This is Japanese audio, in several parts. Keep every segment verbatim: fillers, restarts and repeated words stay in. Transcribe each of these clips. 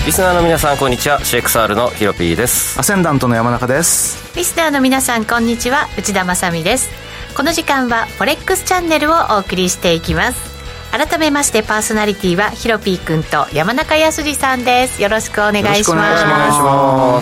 リスナーの皆さんこんにちは。 シーエックスアール のヒロピーです。 アセンダントの山中です。 リスナーの皆さんこんにちは、内田まさみです。この時間はフォレックスチャンネルをお送りしていきます。改めましてパーソナリティはヒロピーくんと山中康さんです。よろしくお願いします。よろしくお願いします。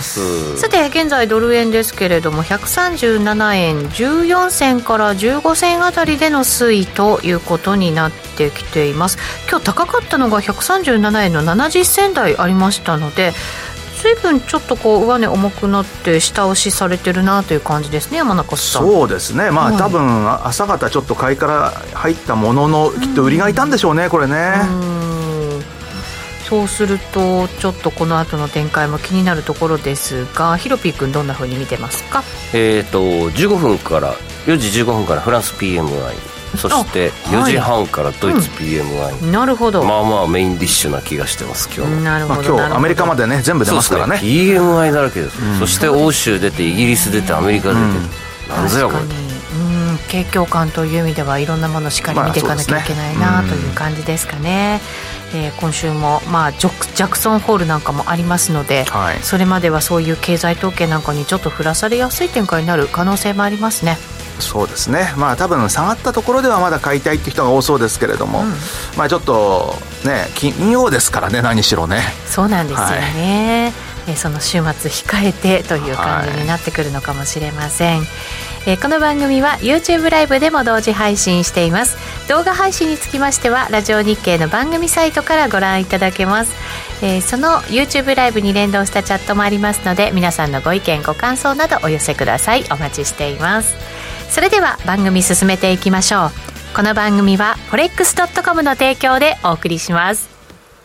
さて現在ドル円ですけれどもひゃくさんじゅうななえんじゅうよんせんからじゅうごせんあたりでの推移ということになってきています。今日高かったのがひゃくさんじゅうななえんのななじゅっせん台ありましたので、随分ちょっとこう上値重くなって下押しされてるなという感じですね、山中さん。 そうですね、まあ、はい、多分朝方ちょっと買いから入ったもののきっと売りがいたんでしょうね、これね。うんそうするとちょっとこの後の展開も気になるところですが、ヒロピー君どんな風に見てますか？ えーとじゅうごふんからよじじゅうごふんからフランス ピーエムアイ、そしてよじはんからドイツ ピーエムアイ、 うん、なるほど。 まあまあメインディッシュな気がしてます今日。 なるほど、 まあ、今日アメリカまでね全部出ますからね。 ピーエムアイ だらけです、うん、そして欧州出てイギリス出てアメリカ出て、うん、なんぞやこれ。 うん景況感という意味ではいろんなものをしっかり見ていかなきゃいけないなという感じですかね。えー、今週も、まあ、ジャクソンホールなんかもありますので、はい、それまではそういう経済統計なんかにちょっと振らされやすい展開になる可能性もありますね。 そうですね、まあ、多分下がったところではまだ買いたいって人が多そうですけれども、うん、まあ、ちょっとね金曜ですからね、何しろね。 そうなんですよね、はい、えその週末控えてという感じになってくるのかもしれません、はい。えこの番組は YouTube ライブでも同時配信しています。動画配信につきましてはラジオ日経の番組サイトからご覧いただけます。えー、その YouTube ライブに連動したチャットもありますので、皆さんのご意見ご感想などお寄せください。お待ちしています。それでは番組進めていきましょう。この番組は フォレックスドットコム の提供でお送りします。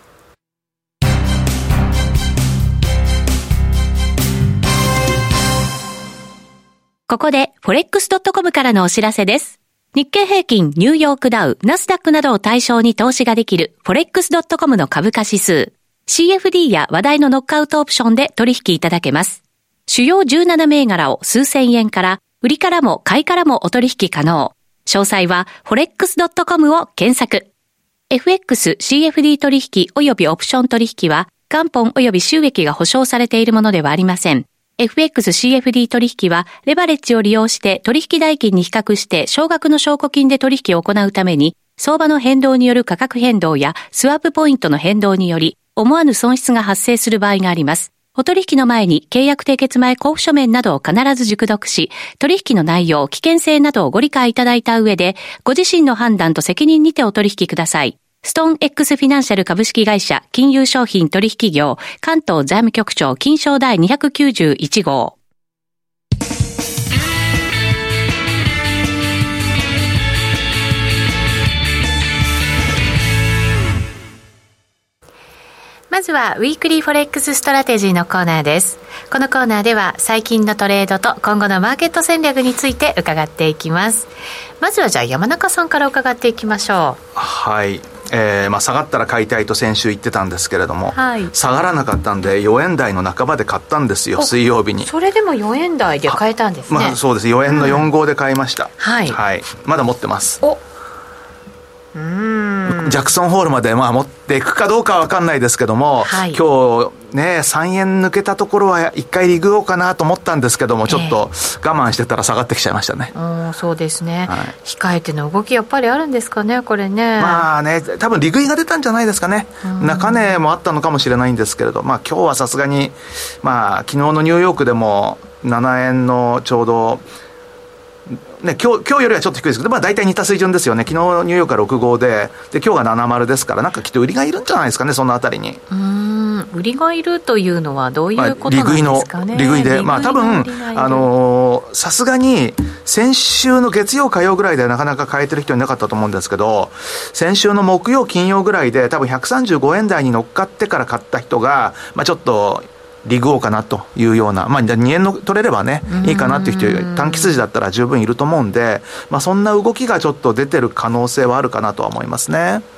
ここで フォレックスドットコム からのお知らせです。日経平均、ニューヨークダウ、ナスダックなどを対象に投資ができる フォレックスドットコム の株価指数。シーエフディー や話題のノックアウトオプションで取引いただけます。主要じゅうなな銘柄を数千円から、売りからも買いからもお取引可能。詳細は フォレックスドットコム を検索。エフエックス、シーエフディー 取引及びオプション取引は、元本及び収益が保証されているものではありません。エフエックスシーエフディー 取引は、レバレッジを利用して取引代金に比較して少額の証拠金で取引を行うために、相場の変動による価格変動やスワップポイントの変動により、思わぬ損失が発生する場合があります。お取引の前に契約締結前交付書面などを必ず熟読し、取引の内容、危険性などをご理解いただいた上で、ご自身の判断と責任にてお取引ください。ストーン X フィナンシャル株式会社金融商品取引業関東財務局長金商第にひゃくきゅうじゅういち号。まずはウィークリーフォレックスストラテジーのコーナーです。このコーナーでは最近のトレードと今後のマーケット戦略について伺っていきます。まずはじゃあ山中さんから伺っていきましょう。 はい、えーまあ、下がったら買いたいと先週言ってたんですけれども、はい、下がらなかったんでよえん台の半ばで買ったんですよ、水曜日に。 それでもよえん台で買えたんですね。 まあ、そうです、よえんのよん号で買いました、うん、 はいはい、まだ持ってます。 おうーんジャクソンホールまでまあ持っていくかどうかは分かんないですけども、はい、今日ねさんえん抜けたところはいっかいリグおうかなと思ったんですけども、ちょっと我慢してたら下がってきちゃいましたね、 えー、そうですね、はい、控えての動きやっぱりあるんですかね、これね。 まあね、多分利食いが出たんじゃないですかね。中値もあったのかもしれないんですけれど、まあ今日はさすがにまあ昨日のニューヨークでもななえんのちょうどね、今日、今日よりはちょっと低いですけど、まあ大体似た水準ですよね。昨日ニューヨークがろく号で、で、今日がななじゅうですから、なんかきっと売りがいるんじゃないですかね、そのあたりに。 うーん、売りがいるというのはどういうことなんですかね。 利食いの、利食いで、まあ多分、あのー、さすがに、先週の月曜、火曜ぐらいでなかなか買えてる人いなかったと思うんですけど、先週の木曜、金曜ぐらいで、多分ひゃくさんじゅうごえん台に乗っかってから買った人が、まあちょっと、リグおうかなというような、まあ、にえんの取れればねいいかなっていう人、短期筋だったら十分いると思うんで、まあ、そんな動きがちょっと出てる可能性はあるかなとは思いますね。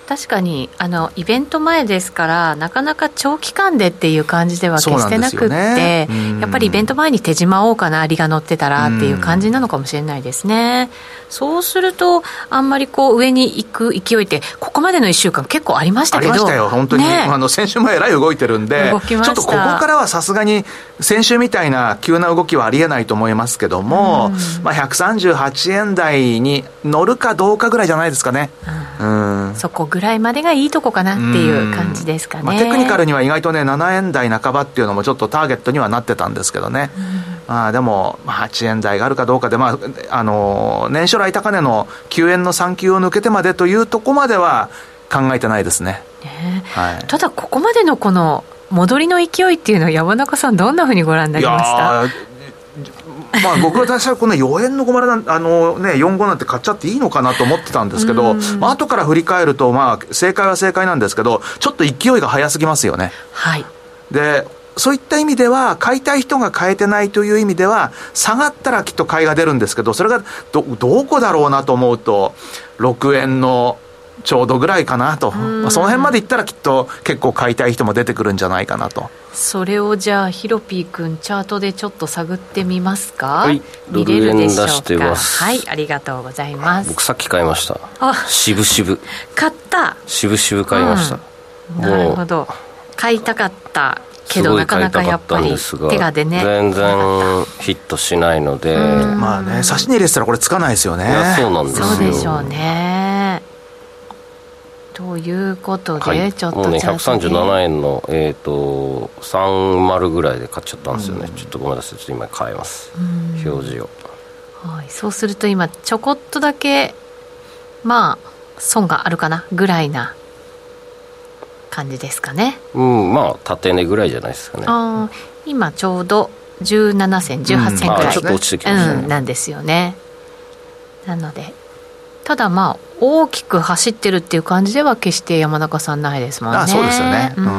確かにあのイベント前ですからなかなか長期間でっていう感じでは決してなくって、ね、やっぱりイベント前に手締まおうかな、利が乗ってたらっていう感じなのかもしれないですね。そうするとあんまりこう上に行く勢いってここまでのいっしゅうかん結構ありましたけど、 ありましたよ本当に、ね、あの先週前えらい動いてるんで、 動きました。 ちょっとここからはさすがに先週みたいな急な動きはありえないと思いますけども、まあ、ひゃくさんじゅうはちえん台に乗るかどうかぐらいじゃないですかね。うん、うん、そこぐらいまでがいいとこかなっていう感じですかね。 まあ、テクニカルには意外とねななえん台半ばっていうのもちょっとターゲットにはなってたんですけどね、まあ、でもはちえん台があるかどうかで、まあ、あの年初来高値のきゅうえんのさん級を抜けてまでというとこまでは考えてないですね。ね、はい、 ただここまでのこの戻りの勢いっていうのは山中さんどんなふうにご覧になりました？ まあ、僕は私はこのよえんのごまるなんあの、ね、よんじゅうごなんて買っちゃっていいのかなと思ってたんですけど、まあ後から振り返ると、まあ、正解は正解なんですけどちょっと勢いが早すぎますよね。 はい、 でそういった意味では買いたい人が買えてないという意味では下がったらきっと買いが出るんですけど、それが ど, どこだろうなと思うとろくえんのちょうどぐらいかなと、まあ、その辺までいったらきっと結構買いたい人も出てくるんじゃないかなと。 それをじゃあヒロピー君チャートでちょっと探ってみますか。 はい、 見れるでしょうか。 ドル円出してます。 はい、ありがとうございます。 僕さっき買いました。 あ、 渋々 買った。 渋々買いました、 うん、なるほど。買いたかったけどなかなかやっぱり手が出ね全然ヒットしないので、 まあね、差し値入れてたらこれつかないですよね。 いやそうなんですよ。 そうでしょうね。ということで、はい、ちょっともうねひゃくさんじゅうななえんの、えー、とさんじゅうぐらいで買っちゃったんですよね、うん、ちょっとごめんなさい、ちょっと今変えます、うん、表示を、 はい、そうすると今ちょこっとだけまあ損があるかなぐらいな感じですかね。 うん、まあ縦値ぐらいじゃないですかね。 あ、今ちょうどじゅうななせんじゅうはちせんぐらい、うん、 ちょっと落ちてきましたね、 うん、なんですよね。なのでただまあ大きく走ってるっていう感じでは決して山中さんないですもんね。 ああそうですよね、うん、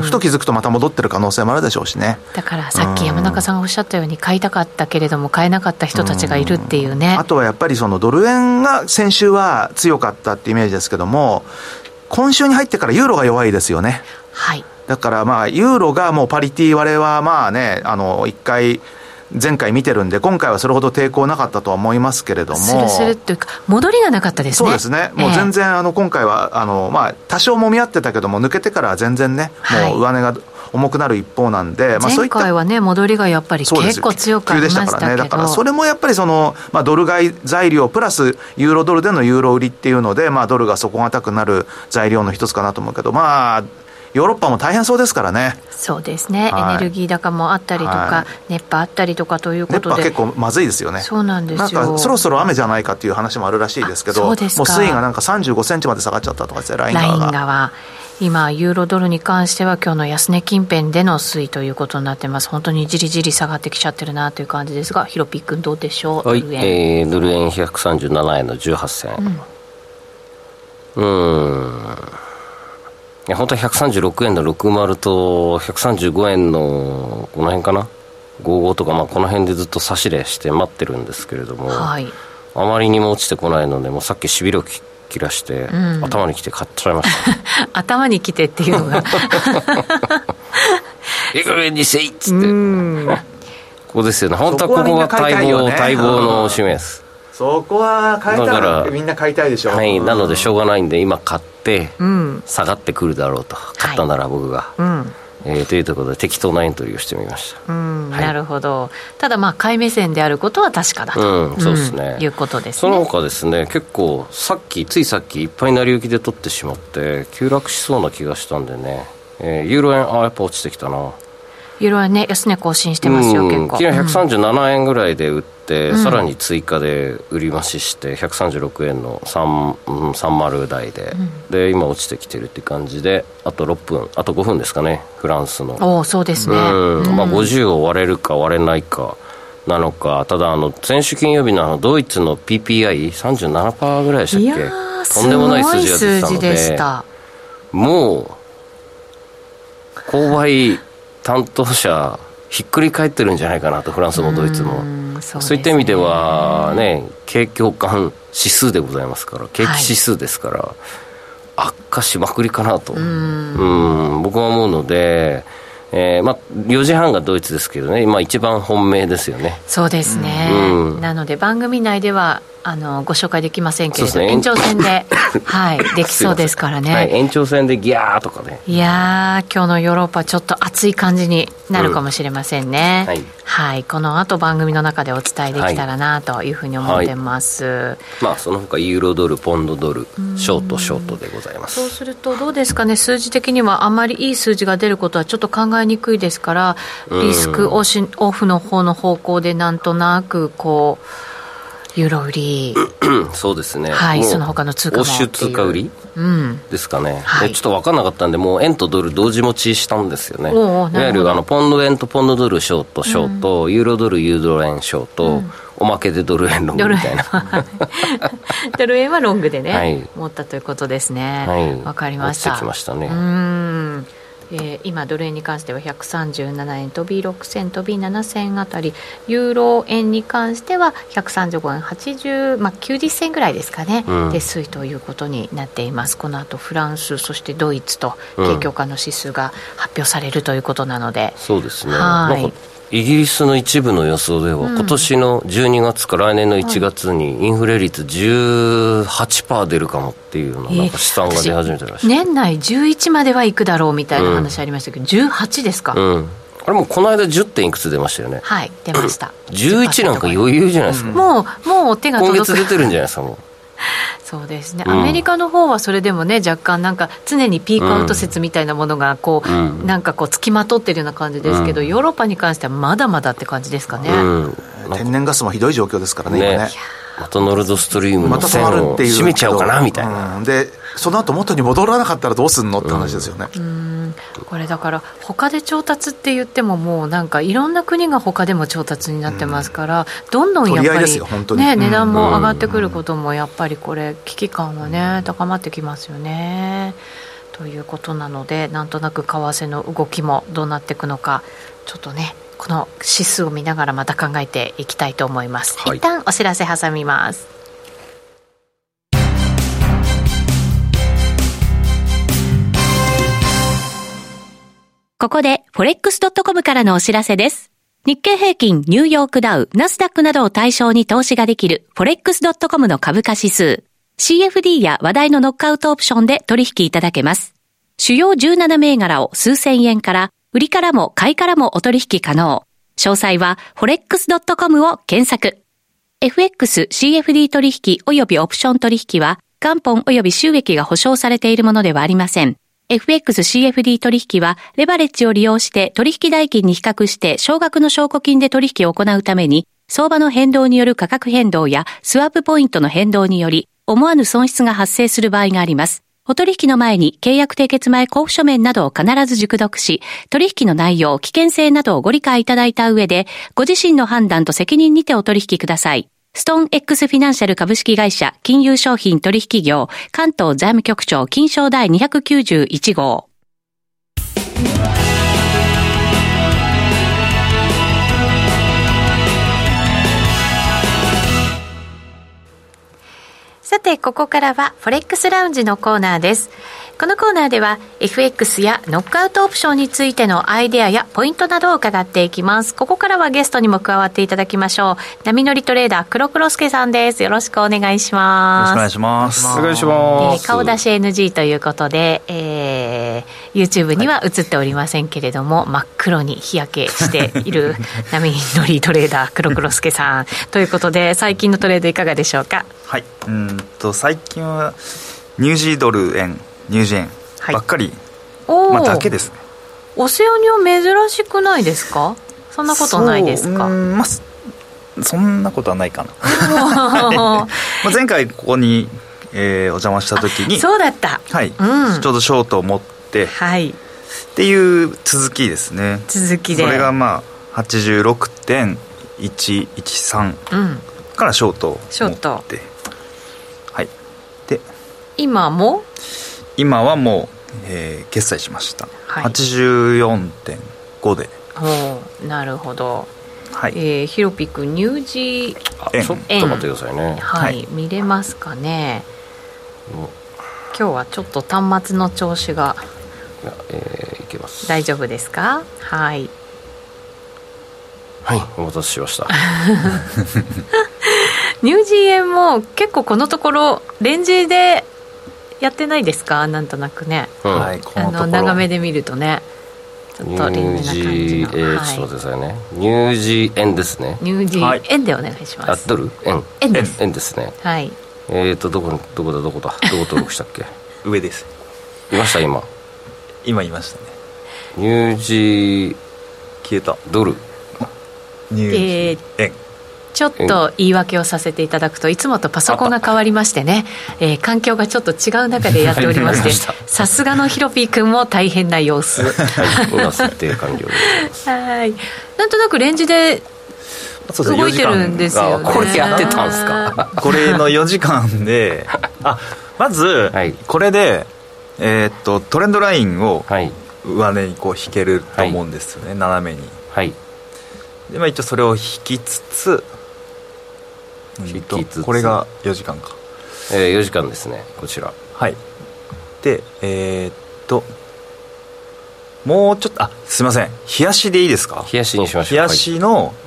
ふと気づくとまた戻ってる可能性もあるでしょうしね。 だからさっき山中さんがおっしゃったように買いたかったけれども買えなかった人たちがいるっていうね。 あとはやっぱりそのドル円が先週は強かったってイメージですけども今週に入ってからユーロが弱いですよね。 はい、 だからまあユーロがもうパリティ割れはまあねあのいっかい前回見てるんで今回はそれほど抵抗なかったとは思いますけれども、 スルスルっていうか戻りがなかったですね。 そうですね、もう全然、えー、あの今回はあの、まあ、多少揉み合ってたけども抜けてからは全然ね、はい、もう上値が重くなる一方なんで、まあ、そういった前回はね戻りがやっぱり結構強くありましたけど、 ね、だからそれもやっぱりその、まあ、ドル買い材料プラスユーロドルでのユーロ売りっていうので、まあ、ドルが底堅くなる材料の一つかなと思うけど、まあヨーロッパも大変そうですからね。 そうですね、はい、エネルギー高もあったりとか、はい、熱波あったりとかということで熱波結構まずいですよね。 そうなんですよ。 なんかそろそろ雨じゃないかっていう話もあるらしいですけど、 そうですか。 もう水位がなんかさんじゅうごセンチまで下がっちゃったとかですね、ライン側が。 ライン側今ユーロドルに関しては今日の安値近辺での推移ということになってます。本当にじりじり下がってきちゃってるなという感じですが、ヒロピー君どうでしょう。 はい、ドル円、えー、ドル円ひゃくさんじゅうななえんのじゅうはっせん、うん、うーんいや本当はひゃくさんじゅうろくえんのろくじゅうとひゃくさんじゅうごえんのこの辺かなごじゅうごとか、まあ、この辺でずっと差し入れして待ってるんですけれども、はい、あまりにも落ちてこないのでもうさっきしびれを切らして、うん、頭にきて買っちゃいました頭にきてっていうのがいくらにせいっつってうんここですよね。本当はここが待望、ね、待望の締めです。 そこは買えたらみんな買いたいでしょう。 はい、なのでしょうがないんで今買って、うん、下がってくるだろうと買ったなら僕が、はいうんえー、というところで適当なエントリーをしてみました。 うん、はい、なるほど。ただまあ買い目線であることは確かだと、 うん、そうですね、 うん、いうことですね。 その他ですね結構さっきついさっきいっぱい成り行きで取ってしまって急落しそうな気がしたんでね、えー、ユーロ円あやっぱ落ちてきたな。 ユーロ円ね安値更新してますよ、うん、結構昨日ひゃくさんじゅうななえんぐらいで売って、うん、さらに追加で売り増ししてひゃくさんじゅうろくえんのさんじゅう台で、うん、で今落ちてきてるって感じであとろっぷんあとごふんですかねフランスの。 おそうですね、 うんうんまあ、ごじゅうを割れるか割れないかなのか。ただあの先週金曜日のあのドイツの ピーピーアイさんじゅうななパーセント ぐらいでしたっけ。 いやとんでもない数字が出てたのすごい数字でした。 もう購買担当者ひっくり返ってるんじゃないかなとフランスもドイツも そ, う、ね、そういった意味ではね景況感指数でございますから景気指数ですから、はい、 悪化しまくりかなと、うん、僕は思うので、えーまあ、よじはんがドイツですけどね、まあ、一番本命ですよね。 そうですね、うん、なので番組内ではあのご紹介できませんけれど、ね、延長戦で、はい、できそうですからね、 はい、延長戦でギャーとかね。 いやー、今日のヨーロッパちょっと熱い感じになるかもしれませんね、うん、はい、はい、この後番組の中でお伝えできたらなというふうに思ってます、はいはい、 まあ、その他ユーロドル、ポンドドル、ショートショートでございます。 そうするとどうですかね、数字的にはあまりいい数字が出ることはちょっと考えにくいですから、リスクオフの方の方向でなんとなくこうユーロ売りそうですね、 はい、その他の通貨も欧州通貨売り、うん、ですかね、 はい、 ちょっと分からなかったんで、もう円とドル同時持ちしたんですよね。 おー、 いわゆるあのポンド円とポンドドルショートショート、うん、ユーロドルユーロ円ショート、うん、おまけでドル円ロングみたいなドル円はロングでね、 はい、 持ったということですね。 はい、 分かりました。 落ちてきましたね。 うーん、えー、今ドル円に関してはひゃくさんじゅうななえん飛びろく銭飛びなな銭あたり、ユーロ円に関してはひゃくさんじゅうごえんはちじゅう、まあ、きゅうじゅっ銭ぐらいですかね、うん、で推移ということになっています。この後フランス、そしてドイツと景況感の指数が発表されるということなので、 うん、そうですね、 はい、 なんかイギリスの一部の予想では、うん、今年のじゅうにがつか来年のいちがつにインフレ率 じゅうはちパーセント 出るかもっていうのなんか試算が出始めたらしい。 年内じゅういちまではいくだろうみたいな話ありましたけど、うん、じゅうはちですか、うん、 あれもこの間 じゅってんいくつ出ましたよね。 はい、出ましたじゅういちなんか余裕じゃないですか、うん、 もうもう手が届く、 今月出てるんじゃないですかもうそうですね、アメリカの方はそれでもね、若干なんか常にピークアウト説みたいなものがこう、うん、なんかこう付きまとってるような感じですけど、うん、ヨーロッパに関してはまだまだって感じですかね、うん、 天然ガスもひどい状況ですからね、 ね、 今ね。 またノルドストリームの線を閉めちゃおうかなみたいな、 うん、でその後元に戻らなかったらどうすんのって話ですよね、 うん、うんこれだから他で調達って言ってももうなんかいろんな国が他でも調達になってますから、うん、どんどんやっぱり、ね、値段も上がってくることもやっぱりこれ危機感はね高まってきますよねということなので、なんとなく為替の動きもどうなっていくのかちょっとねこの指数を見ながらまた考えていきたいと思います、はい、一旦お知らせ挟みます。ここで フォレックスドットコム からのお知らせです。日経平均、ニューヨークダウ、ナスダックなどを対象に投資ができる フォレックスドットコム の株価指数。シーエフディー や話題のノックアウトオプションで取引いただけます。主要じゅうなな銘柄を数千円から、売りからも買いからもお取引可能。詳細は フォレックスドットコム を検索。エフエックス、シーエフディー 取引及びオプション取引は、元本及び収益が保証されているものではありません。エフエックスシーエフディー 取引は、レバレッジを利用して取引代金に比較して少額の証拠金で取引を行うために、相場の変動による価格変動やスワップポイントの変動により、思わぬ損失が発生する場合があります。お取引の前に契約締結前交付書面などを必ず熟読し、取引の内容、危険性などをご理解いただいた上で、ご自身の判断と責任にてお取引ください。ストーン X フィナンシャル株式会社金融商品取引業関東財務局長金商第にひゃくきゅうじゅういち号。さて、ここからはフォレックスラウンジのコーナーです。このコーナーでは エフエックス やノックアウトオプションについてのアイデアやポイントなどを伺っていきます。ここからはゲストにも加わっていただきましょう。波乗りトレーダー黒黒助さんです。よろしくお願いします。 よろしくお願いします。 お願いします。 えー、顔出し エヌジー ということで、えー、YouTube には映っておりませんけれども、はい、真っ黒に日焼けしている波乗りトレーダー黒黒助さんということで、最近のトレードいかがでしょうか。 はい、うんと最近はニュージードル円ニュージー円ばっかり、はい、まあ、だけですね。 オセアニア珍しくないですか。そんなことないですか。 そう、うん、まあ、そんなことはないかなまあ前回ここに、えー、お邪魔した時にそうだった、 はい、うん、ちょうどショートを持って、はい、っていう続きですね。 続きでそれがまあ はちじゅうろくてんいちいちさん からショートを持って、ショート、はい、で今も今はもう、えー、決済しました、はい、はちじゅうよんてんご で。 お、なるほど、はい、えー、ヒロピクニュージー円、ちょっと待ってくださいね、 はい、はい、見れますかね。 今日はちょっと端末の調子がいや、えー、いけます。 大丈夫ですか？はいはい、お待たせしましたニュージー円も結構このところレンジでやってないですか？なんとなくね、 うん、 はい、あの長めで見るとね、ちょっとレンジな感じの。ニュージー、えー、ちょっと待ってくださいね。ニュージー円ですね。ニュージー円でお願いします。 あ、ドル？円。 円です。 円ですね。 はい。 えーとどこどこだどこだどこ登録したっけ？ 上です。 いました今。 今いましたね。 ニュージー消えた。 ドル。 ニュージー円。 ちょっと言い訳をさせていただくと、いつもとパソコンが変わりましてね、えー、環境がちょっと違う中でやっておりましてさすがのヒロピー君も大変な様子はい今設定完了でございますはいなんとなくレンジで動いてるんですよね。 これやってたんですか？ これのよじかんであまずこれで、えー、っとトレンドラインを上値にこう引けると思うんですよね、はい、斜めに、 はいでまあ、一応それを引きつつ引きつつこれがよじかんか、 えー、よじかんですねこちら。 はいでえー、っともうちょっとあすいません冷やしでいいですか？ 冷やしにしましょう。 冷やしの、はい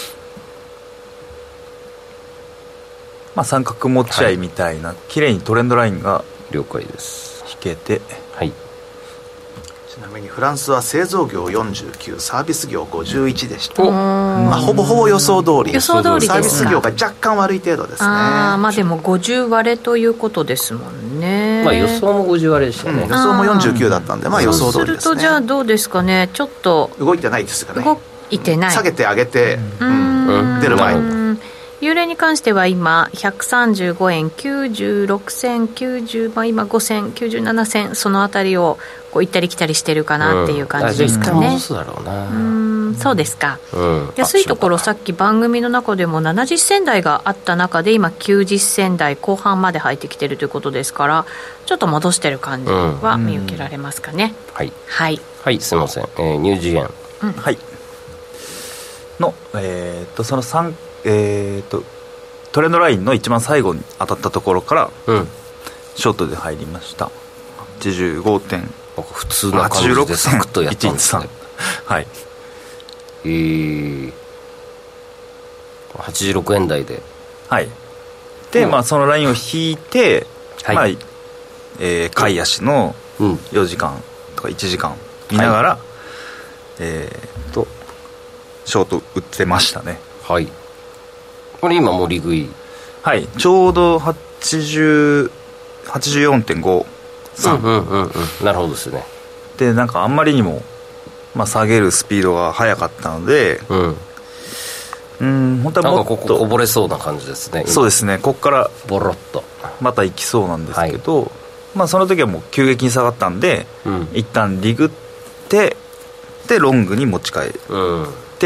まあ、三角持ち合いみたいな、はい、綺麗にトレンドラインが了解です。 引けて、 はい、 ちなみにフランスは製造業よんじゅうきゅうサービス業ごじゅういちでした。まあ、ほぼほぼ予想通り。 予想通りですか？ サービス業が若干悪い程度ですね。 あ、まあ、でもごじゅう割れということですもんね。 まあ、予想もごじゅう割れでしたね、うん、 予想もよんじゅうきゅうだったんで、まあ、予想通りですね。 そうするとじゃあどうですかね、ちょっと動いてないですかね。 動いてない、 下げて上げて、うんうん、出る前にユーロに関しては今ひゃくさんじゅうごえんきゅうじゅうろくせんきゅうじゅう、まあ、今ごせんきゅうじゅうななせんそのあたりをこう行ったり来たりしてるかなっていう感じですかね、 うん、そうだろうな。 うーんそうですか、 うん、 安いところさっき番組の中でもななじゅっせん台があった中で今きゅうじゅっせん台後半まで入ってきてるということですから、ちょっと戻してる感じは見受けられますかね、 うん、はいはい、 はい、すいません、えー、ニュージー円、 うん、 はいの、えー、っとその3えー、っとトレンドラインの一番最後に当たったところから、うん、ショートで入りました。はちじゅうごてん普通な感じでサクッとやったんですね。 はい、 えー、はちじゅうろくえん台で、 はいで、うん、まあ、そのラインを引いて、はい、まあえー、買い足のよじかんとかいちじかん見ながら、はい、えー、とショート打ってましたね。 はい、これ今も利食い、 はい、ちょうどはちじゅう、はちじゅうよんてんごさん、 うんうんうんうん、なるほどですね。 でなんかあんまりにも、まあ、下げるスピードが速かったので、うんうん本当はもっとなんかこここぼれそうな感じですね。 そうですね、ここからボロッとまた行きそうなんですけど、はい、まあ、その時はもう急激に下がったんで、うん、一旦リグってでロングに持ち帰って、うん、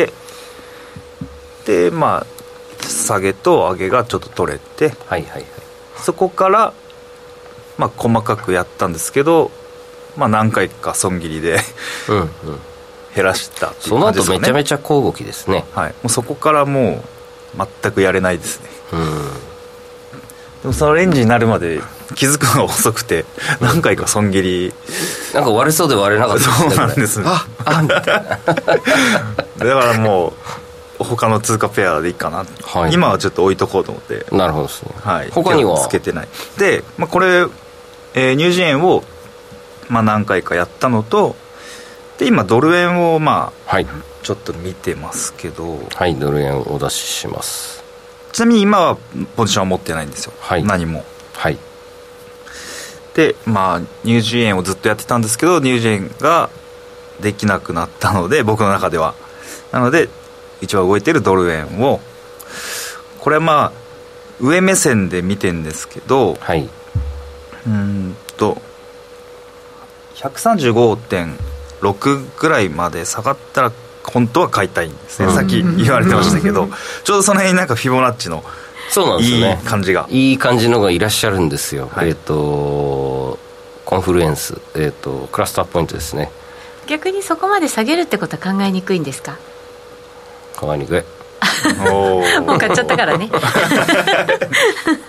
でまあ下げと上げがちょっと取れて、 はいはいはい、 そこから、まあ、細かくやったんですけど、まあ、何回か損切りでうん、うん、減らしたっていう感じですよね。 その後めちゃめちゃ小動きですね、 はい、もうそこからもう全くやれないですね、うん、でもそのレンジになるまで気づくのが遅くて何回か損切りなんか割れそうで割れなかったですね。 そうなんですね。ああみたいなだからもう他の通貨ペアでいいかな、はい、今はちょっと置いとこうと思って。 なるほどですね、 はい、 他にはつけてないで、まあ、これ、えー、ニュージー円を、まあ、何回かやったのとで今ドル円をまあ、はい、ちょっと見てますけど、 はい、ドル円をお出しします。 ちなみに今はポジションは持ってないんですよ、はい、何も。 はいでまあニュージー円をずっとやってたんですけどニュージー円ができなくなったので僕の中ではなので一番動いてるドル円をこれはまあ上目線で見てんですけど、はい、うーんとひゃくさんじゅうごてんろくぐらいまで下がったら本当は買いたいんですね、うん、さっき言われてましたけどちょうどその辺になんかフィボナッチのそうなんですよね、 いい感じがいい感じのがいらっしゃるんですよ、はい、えっ、ー、とコンフルエンス、えー、とクラスターポイントですね。 逆にそこまで下げるってことは考えにくいんですか？ 考えにくいもう買っちゃったからねは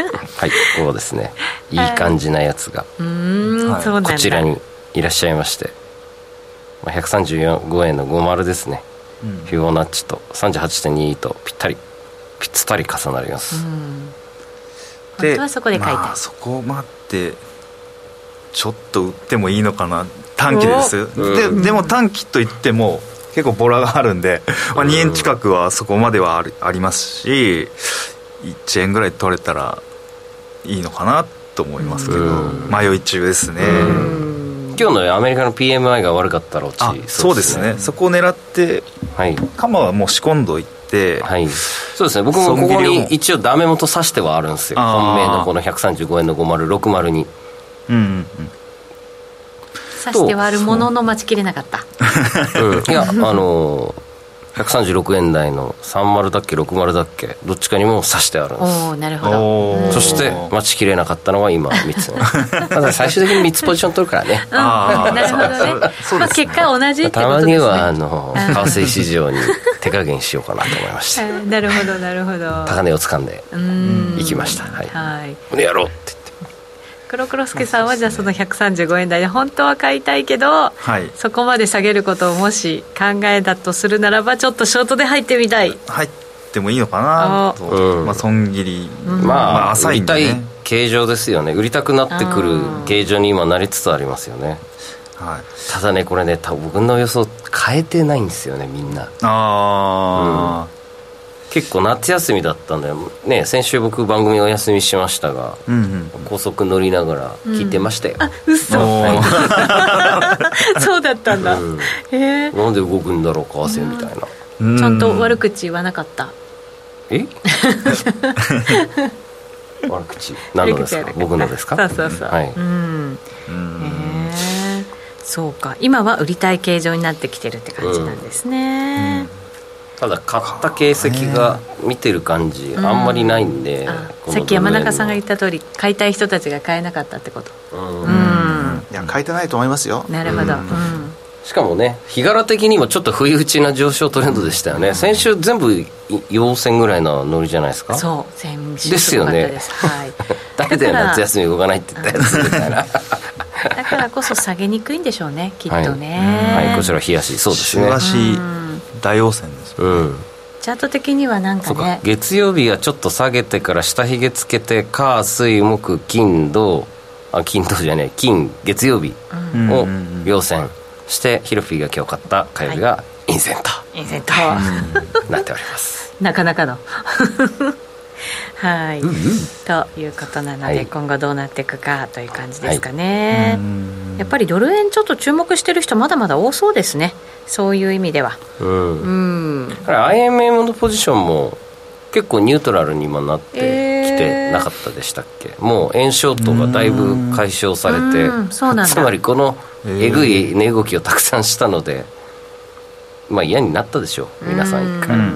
はい、こうですね、いい感じなやつが、 うーん、 はいそうなんだ。 こちらにいらっしゃいまして、まあ、ひゃくさんじゅうごえんのごじゅうですね、うん、フィボナッチと さんじゅうはちてんにに とぴったりぴったり重なります、うん、 で本当はそこで書いて、 まあ、そこ待ってちょっと売ってもいいのかな、短期です、うん、で, でも短期といっても結構ボラがあるんで、まあ、にえん近くはそこまではあ り, ありますし、いちえんぐらい取れたらいいのかなと思いますけど、迷い中ですね。 今日のアメリカの ピーエムアイ が悪かったら落ち、 あ、そうですね、そこを狙って、はい、鎌はもう仕込んどいて、 はい、そうですね、僕もここに一応ダメ元指してはあるんですよ、本命のこのひゃくさんじゅうごえんのごじゅうろくじゅうに、うんうんうん、 指してはあるものの待ちきれなかった、 うん、いやあのーひゃくさんじゅうろくえん台のさんじゅうだっけろくじゅうだっけどっちかにも指してあるんです。 おー、なるほど。 そして待ちきれなかったのは今みっつねまだ最終的にみっつポジション取るからね、 うん、あなるほどね、まあ、結果同じってことですね。たまにはあの為替市場に手加減しようかなと思いましたなるほどなるほど、 高値を掴んでいきました。はい、はい、これやろうって言って、 黒黒助さんはじゃあそのひゃくさんじゅうごえん台で本当は買いたいけど、はい、そこまで下げることをもし考えだとするならばちょっとショートで入ってみたい、 入ってもいいのかなと、うん、まあ、損切り、うん、 まあ、まあ、浅いんでね、売りたい形状ですよね。売りたくなってくる形状に今なりつつありますよね、はい、ただねこれね僕の予想変えてないんですよねみんな。ああ、うん結構夏休みだったんだよね。先週僕番組お休みしましたが、うんうん、高速乗りながら聞いてましたよ、 うん、あ、嘘そうだったんだ、うん、 へー、なんで動くんだろう為替みたいな、 うん、ちゃんと悪口言わなかった。 え悪口何のですか？僕のですか？ そうそうそう、はい、うん、うん、へー、そうか、今は売りたい形状になってきてるって感じなんですね、うんうん、ただ買った形跡が見てる感じ、うん、あんまりないんで、 うん、さっき山中さんが言った通り買いたい人たちが買えなかったってこと。うん、 うん、いや買いてないと思いますよ。 なるほど、うん、 しかもね日柄的にもちょっと不意打ちな上昇トレンドでしたよね、うん、先週全部陽線ぐらいのノリじゃないですか。 そう、先週ですよね、はい、誰だよ夏休み動かないって言ったやつみたいなだからこそ下げにくいんでしょうねきっとね、 はい、はい、こちら冷やし、そうですね、 冷やし大陽線ですよね、うん、 チャート的にはなんかね、 月曜日はちょっと下げてから下髭つけて火水木金土あ金土じゃねえ金月曜日を陽線してヒロピーが今日買った火曜日がインセント、はい、 インセントなっておりますなかなかのはい、うんうん、ということなので、はい、今後どうなっていくかという感じですかね、はい、やっぱりドル円ちょっと注目してる人まだまだ多そうですね、そういう意味では、うんうん、だから アイエムエム のポジションも結構ニュートラルに今なってきてなかったでしたっけ、えー、もう円ショートがだいぶ解消されて、 そうなんだ、 つまりこのえぐい値動きをたくさんしたので、まあ嫌になったでしょう皆さん一回、うんうんうん、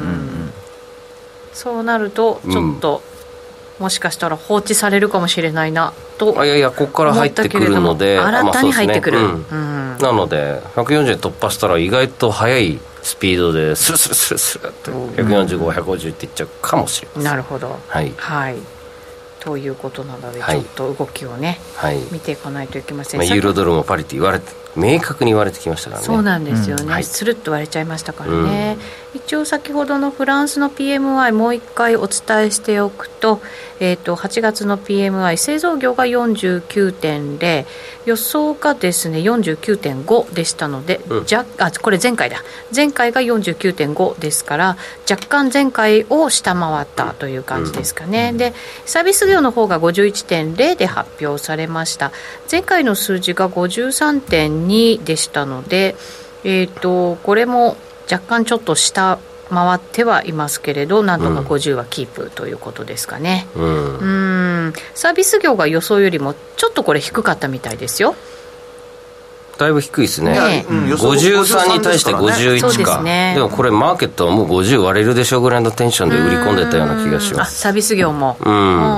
そうなるとちょっと、うん、もしかしたら放置されるかもしれないなと、 あ、いやいやここから入ってくるので新たに入ってくる、 まあね、うんうん、なのでひゃくよんじゅうえん突破したら意外と速いスピードでスルスルスルスルってひゃくよんじゅうご、ひゃくごじゅうっていっちゃうかもしれません。 なるほど、はい、はい、ということなのでちょっと動きをね、はい、見ていかないといけません、 まあ、ユーロドルもパリティ言われて明確に言われてきましたからね。 そうなんですよね、うん、はい、スルッと割れちゃいましたからね、うん、一応先ほどのフランスの ピーエムアイ もう一回お伝えしておくと、えー、とはちがつの ピーエムアイ 製造業が よんじゅうきゅうてんゼロ 予想がですね よんじゅうきゅうてんご でしたので、うん、じゃあこれ前回だ前回が よんじゅうきゅうてんご ですから若干前回を下回ったという感じですかね、うん、でサービス業の方が ごじゅういちてんゼロ で発表されました。前回の数字が ごじゅうさんてんに でしたので、えー、とこれも若干ちょっと下回ってはいますけれどなんとかごじゅうはキープということですかね、うん、うーんサービス業が予想よりもちょっとこれ低かったみたいですよ。 だいぶ低いですね、ね、うん、ごじゅうさんに対してごじゅういちか、 そうですね、でもこれマーケットはもうごじゅう割れるでしょぐらいのテンションで売り込んでたような気がします。 あ、サービス業も、うん、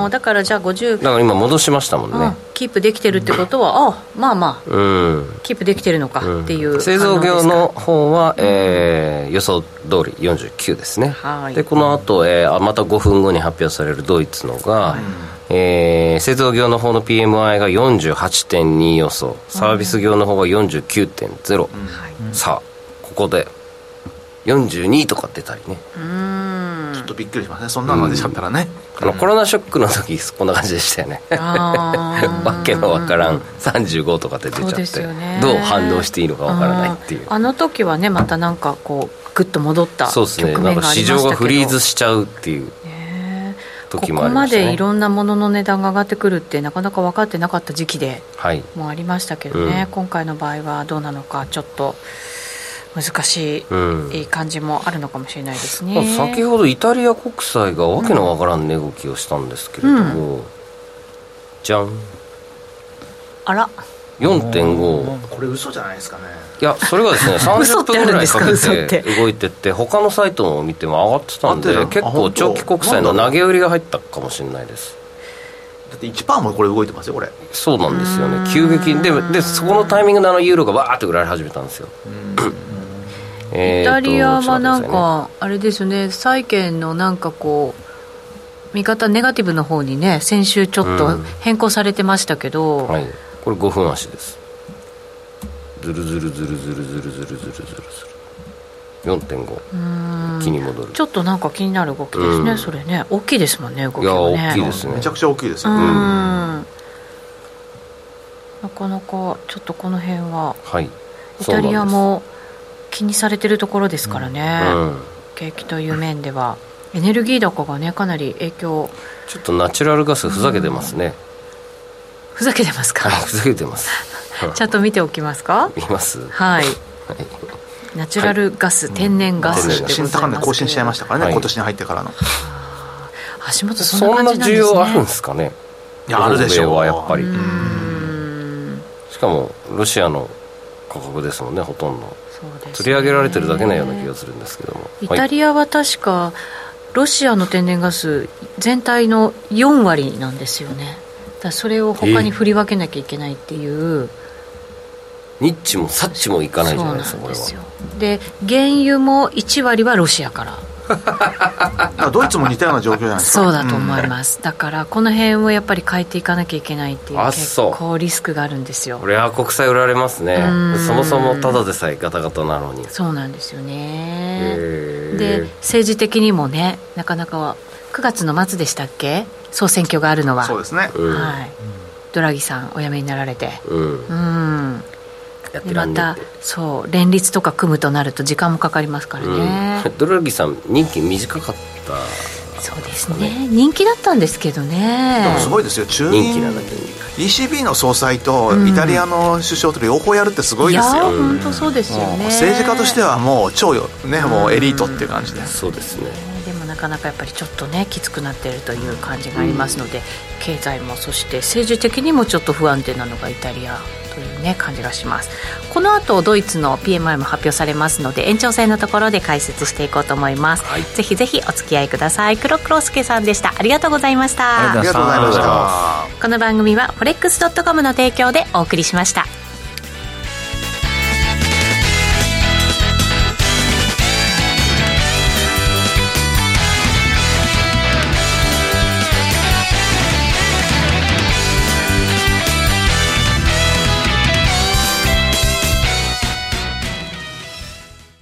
だからじゃあごじゅうだから今戻しましたもんね、うん、 キープできてるってことはあまあまあ、うん、キープできてるのかっていう、うん、 製造業の方は、えー、予想通りよんじゅうきゅうですね、はい、でこの後、えー、またごふんごに発表されるドイツのが、はい、 えー、製造業の方の ピーエムアイ が よんじゅうはちてんに 予想、サービス業の方が よんじゅうきゅうてんゼロ、うん、さあここでよんじゅうにとか出たりね、 うーん、ちょっとびっくりしますね、そんなのが出ちゃったらね、 うん、あのコロナショックの時こんな感じでしたよねわけのわからんさんじゅうごとかで出ちゃって、ね、どう反応していいのかわからないっていう、 あの時はねまたなんかこうグッと戻った局面がありましたけど、そうですね、なんか市場がフリーズしちゃうっていう時もありましたね。 ここまでいろんなものの値段が上がってくるってなかなか分かってなかった時期でもありましたけどね、はい、うん、今回の場合はどうなのかちょっと難しい感じもあるのかもしれないですね、うん、 先ほどイタリア国債がわけのわからん値動きをしたんですけれども、うん、じゃん、 あらよんてんご、 これ嘘じゃないですかね。 いやそれがですねさんじゅっぷんぐらいかけて動いてって他のサイトを見ても上がってたんで結構長期国債の投げ売りが入ったかもしれないです。 だって いちパーセント もこれ動いてますよこれ。 そうなんですよね、急激に で, でそこのタイミングであのユーロがバーって売られ始めたんですよイタリアはなんかあれですね、債券のなんかこう見方ネガティブの方にね先週ちょっと変更されてましたけど、うん、 はい、これごふん足です。ズルズルズルズルズルズルズルズルズル よんてんご 一気に戻る。 ちょっとなんか気になる動きですね、うん、それね大きいですもんね動きがね。 いや大きいですね、 めちゃくちゃ大きいですよ、 うん、 うん、 なかなかちょっとこの辺は、はい、イタリアも気にされてるところですからね、うん、景気という面ではエネルギー高がねかなり影響。 ちょっとナチュラルガスふざけてますね、うん、 ふざけてますか。 ふざけてますちゃんと見ておきますか。 見ます、 はい、はい、ナチュラルガス、はい、天然ガスでございますけど、 新高値更新しちゃいましたからね、はい、今年に入ってからの。 橋本そんな感じなんですね。 そんな需要あるんですかね。 いやあるでしょう。 はやっぱり、うーん、しかもロシアの価格ですもんねほとんど。そうですね、取り上げられてるだけなような気がするんですけども、 イタリアは確かロシアの天然ガス全体のよんわりなんですよね。だからそれを他に振り分けなきゃいけないっていう、 ニッチもサッチもいかないじゃないですか。 そうなんですよ。で原油もいちわりはロシアからドイツも似たような状況じゃないですか。 そうだと思います、うん、だからこの辺をやっぱり変えていかなきゃいけないっていう結構リスクがあるんですよ。 これは国債売られますね。そもそもただでさえガタガタなのに。 そうなんですよね。で政治的にもねなかなかくがつの末でしたっけ総選挙があるのは。 そうですね、 うん、はい、ドラギさんお辞めになられて、うん、うんでまたそう連立とか組むとなると時間もかかりますからね、 うん、ドラギさん任期短かったそうですね、人気だったんですけどね。 でもすごいですよ、中銀 イーシービー の総裁とイタリアの首相と両方やるってすごいですよ。いや本当そうですよね。 政治家としてはもう超よ、ね、もうエリートっていう感じで。 そうですね。 でもなかなかやっぱりちょっとねきつくなっているという感じがありますので、うん、経済もそして政治的にもちょっと不安定なのがイタリアというね感じがします。この後ドイツの ピーエムアイ も発表されますので延長戦のところで解説していこうと思います、はい、ぜひぜひお付き合いください。黒黒助さんでした。ありがとうございました。 ありがとうございました。 この番組は フォレックスドットコム の提供でお送りしました。